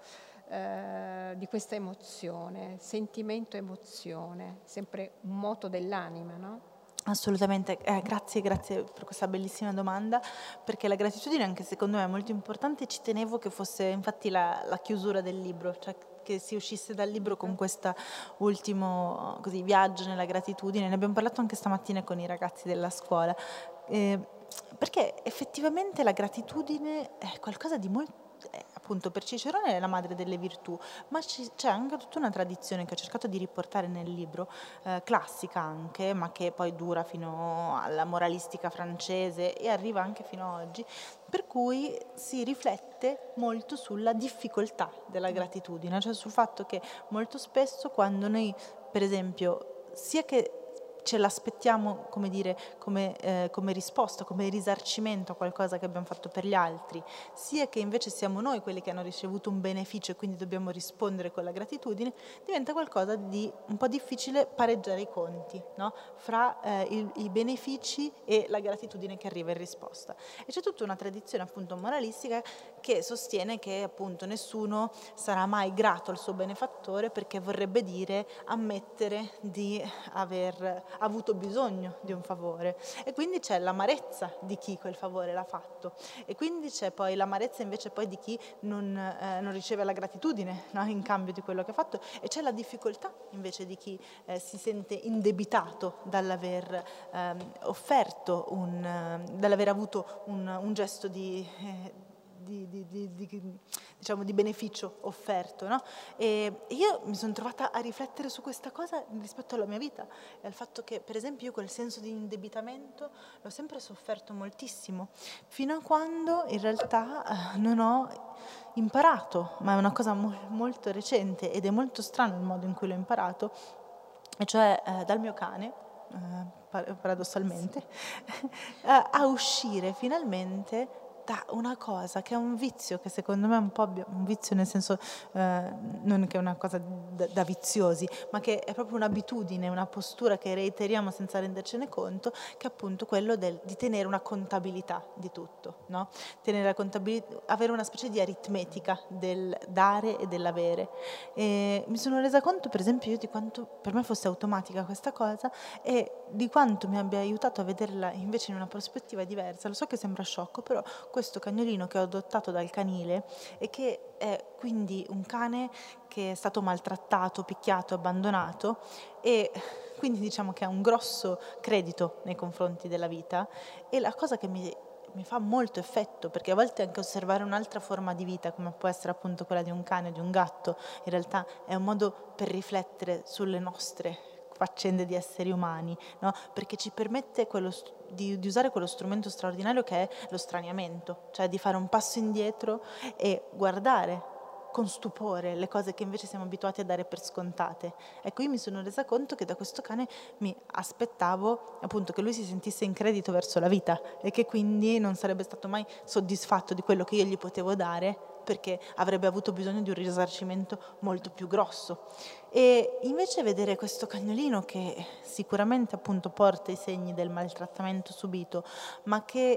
di questa emozione, sentimento-emozione, sempre un moto dell'anima, no? Assolutamente, grazie per questa bellissima domanda, perché la gratitudine anche secondo me è molto importante. Ci tenevo che fosse infatti la chiusura del libro, cioè che si uscisse dal libro con questo ultimo così, viaggio nella gratitudine. Ne abbiamo parlato anche stamattina con i ragazzi della scuola, perché effettivamente la gratitudine è qualcosa di molto... appunto per Cicerone è la madre delle virtù, ma c'è anche tutta una tradizione che ho cercato di riportare nel libro, classica anche, ma che poi dura fino alla moralistica francese e arriva anche fino ad oggi, per cui si riflette molto sulla difficoltà della gratitudine, cioè sul fatto che molto spesso quando noi, per esempio, sia che ce l'aspettiamo, come dire, come risposta, come risarcimento a qualcosa che abbiamo fatto per gli altri, sia che invece siamo noi quelli che hanno ricevuto un beneficio e quindi dobbiamo rispondere con la gratitudine, diventa qualcosa di un po' difficile pareggiare i conti, no? Fra i benefici e la gratitudine che arriva in risposta. E c'è tutta una tradizione appunto moralistica che sostiene che appunto nessuno sarà mai grato al suo benefattore perché vorrebbe dire ammettere di aver avuto bisogno di un favore, e quindi c'è l'amarezza di chi quel favore l'ha fatto, e quindi c'è poi l'amarezza invece poi di chi non riceve la gratitudine, no? In cambio di quello che ha fatto, e c'è la difficoltà invece di chi si sente indebitato dall'aver offerto dall'aver avuto un gesto diciamo di beneficio offerto, no? E io mi sono trovata a riflettere su questa cosa rispetto alla mia vita e al fatto che, per esempio, io quel senso di indebitamento l'ho sempre sofferto moltissimo, fino a quando in realtà non ho imparato, ma è una cosa molto recente ed è molto strano il modo in cui l'ho imparato, e cioè dal mio cane, paradossalmente, a uscire finalmente da una cosa che è un vizio, che secondo me è un po' un vizio nel senso non che è una cosa da viziosi, ma che è proprio un'abitudine, una postura che reiteriamo senza rendercene conto, che è appunto quello di tenere una contabilità di tutto, no? Tenere la contabilità, avere una specie di aritmetica del dare e dell'avere. E mi sono resa conto, per esempio, io di quanto per me fosse automatica questa cosa e di quanto mi abbia aiutato a vederla invece in una prospettiva diversa. Lo so che sembra sciocco, però questo cagnolino che ho adottato dal canile e che è quindi un cane che è stato maltrattato, picchiato, abbandonato, e quindi diciamo che ha un grosso credito nei confronti della vita, e la cosa che mi fa molto effetto, perché a volte anche osservare un'altra forma di vita, come può essere appunto quella di un cane o di un gatto, in realtà è un modo per riflettere sulle nostre faccende di esseri umani, no? Perché ci permette di usare quello strumento straordinario che è lo straniamento, cioè di fare un passo indietro e guardare con stupore le cose che invece siamo abituati a dare per scontate. Ecco, io mi sono resa conto che da questo cane mi aspettavo appunto che lui si sentisse in credito verso la vita e che quindi non sarebbe stato mai soddisfatto di quello che io gli potevo dare, perché avrebbe avuto bisogno di un risarcimento molto più grosso. E invece vedere questo cagnolino che sicuramente appunto porta i segni del maltrattamento subito, ma che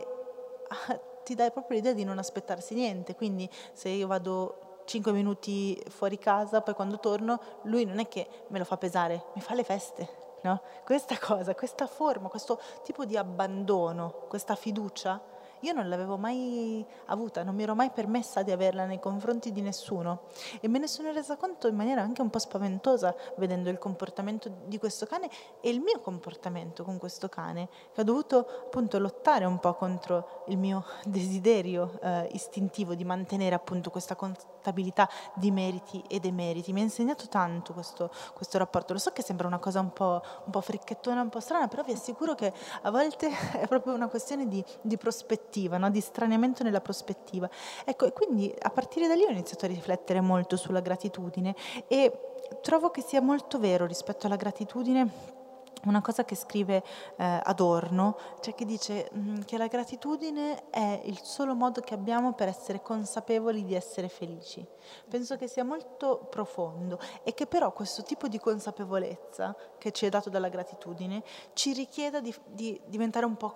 ti dà proprio l'idea di non aspettarsi niente, quindi se io vado 5 minuti fuori casa, poi quando torno lui non è che me lo fa pesare, mi fa le feste, no? Questa cosa, questa forma, questo tipo di abbandono, questa fiducia, io non l'avevo mai avuta, non mi ero mai permessa di averla nei confronti di nessuno, e me ne sono resa conto in maniera anche un po' spaventosa vedendo il comportamento di questo cane e il mio comportamento con questo cane, che ho dovuto appunto lottare un po' contro il mio desiderio istintivo di mantenere appunto questa contabilità di meriti e demeriti. Mi ha insegnato tanto questo rapporto. Lo so che sembra una cosa un po' fricchettona, un po' strana, però vi assicuro che a volte è proprio una questione di prospettiva, no? Di straniamento nella prospettiva. Ecco, e quindi a partire da lì ho iniziato a riflettere molto sulla gratitudine e trovo che sia molto vero rispetto alla gratitudine una cosa che scrive Adorno, cioè che dice che la gratitudine è il solo modo che abbiamo per essere consapevoli di essere felici. Penso che sia molto profondo e che però questo tipo di consapevolezza che ci è dato dalla gratitudine ci richieda di diventare un po'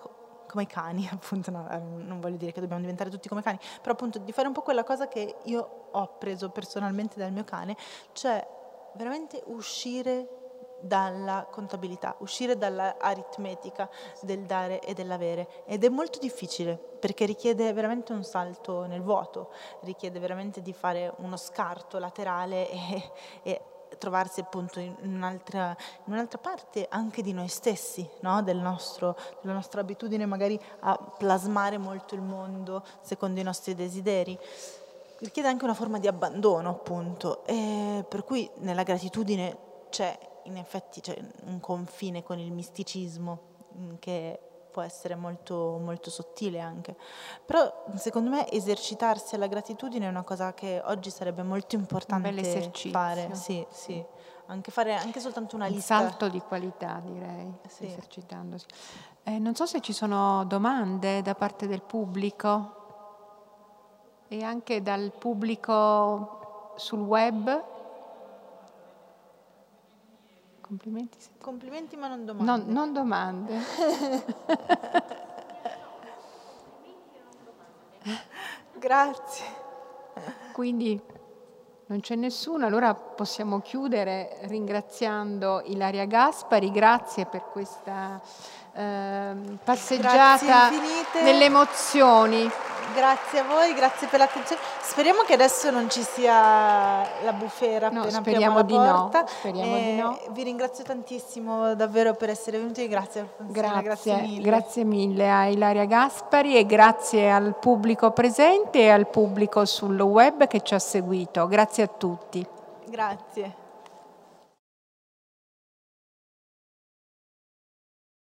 come i cani, appunto, no, non voglio dire che dobbiamo diventare tutti come cani, però appunto di fare un po' quella cosa che io ho preso personalmente dal mio cane, cioè veramente uscire dalla contabilità, uscire dalla aritmetica del dare e dell'avere, ed è molto difficile perché richiede veramente un salto nel vuoto, richiede veramente di fare uno scarto laterale e trovarsi appunto in un'altra parte anche di noi stessi, no? Della nostra abitudine magari a plasmare molto il mondo secondo i nostri desideri. Richiede anche una forma di abbandono, appunto, e per cui nella gratitudine in effetti c'è un confine con il misticismo che può essere molto, molto sottile anche. Però secondo me esercitarsi alla gratitudine è una cosa che oggi sarebbe molto importante un bel esercizio. fare. Sì. Fare anche soltanto una lista. Un salto di qualità, direi, sì. Esercitandosi. Non so se ci sono domande da parte del pubblico e anche dal pubblico sul web. Complimenti ma non domande. Non domande. Grazie. Quindi non c'è nessuno, allora possiamo chiudere ringraziando Ilaria Gaspari. Grazie per questa passeggiata nelle emozioni. Grazie a voi, grazie per l'attenzione. Speriamo che adesso non ci sia la bufera appena apriamo la porta. Speriamo di no. Vi ringrazio tantissimo davvero per essere venuti. Grazie mille. Grazie mille a Ilaria Gaspari e grazie al pubblico presente e al pubblico sul web che ci ha seguito. Grazie a tutti. Grazie.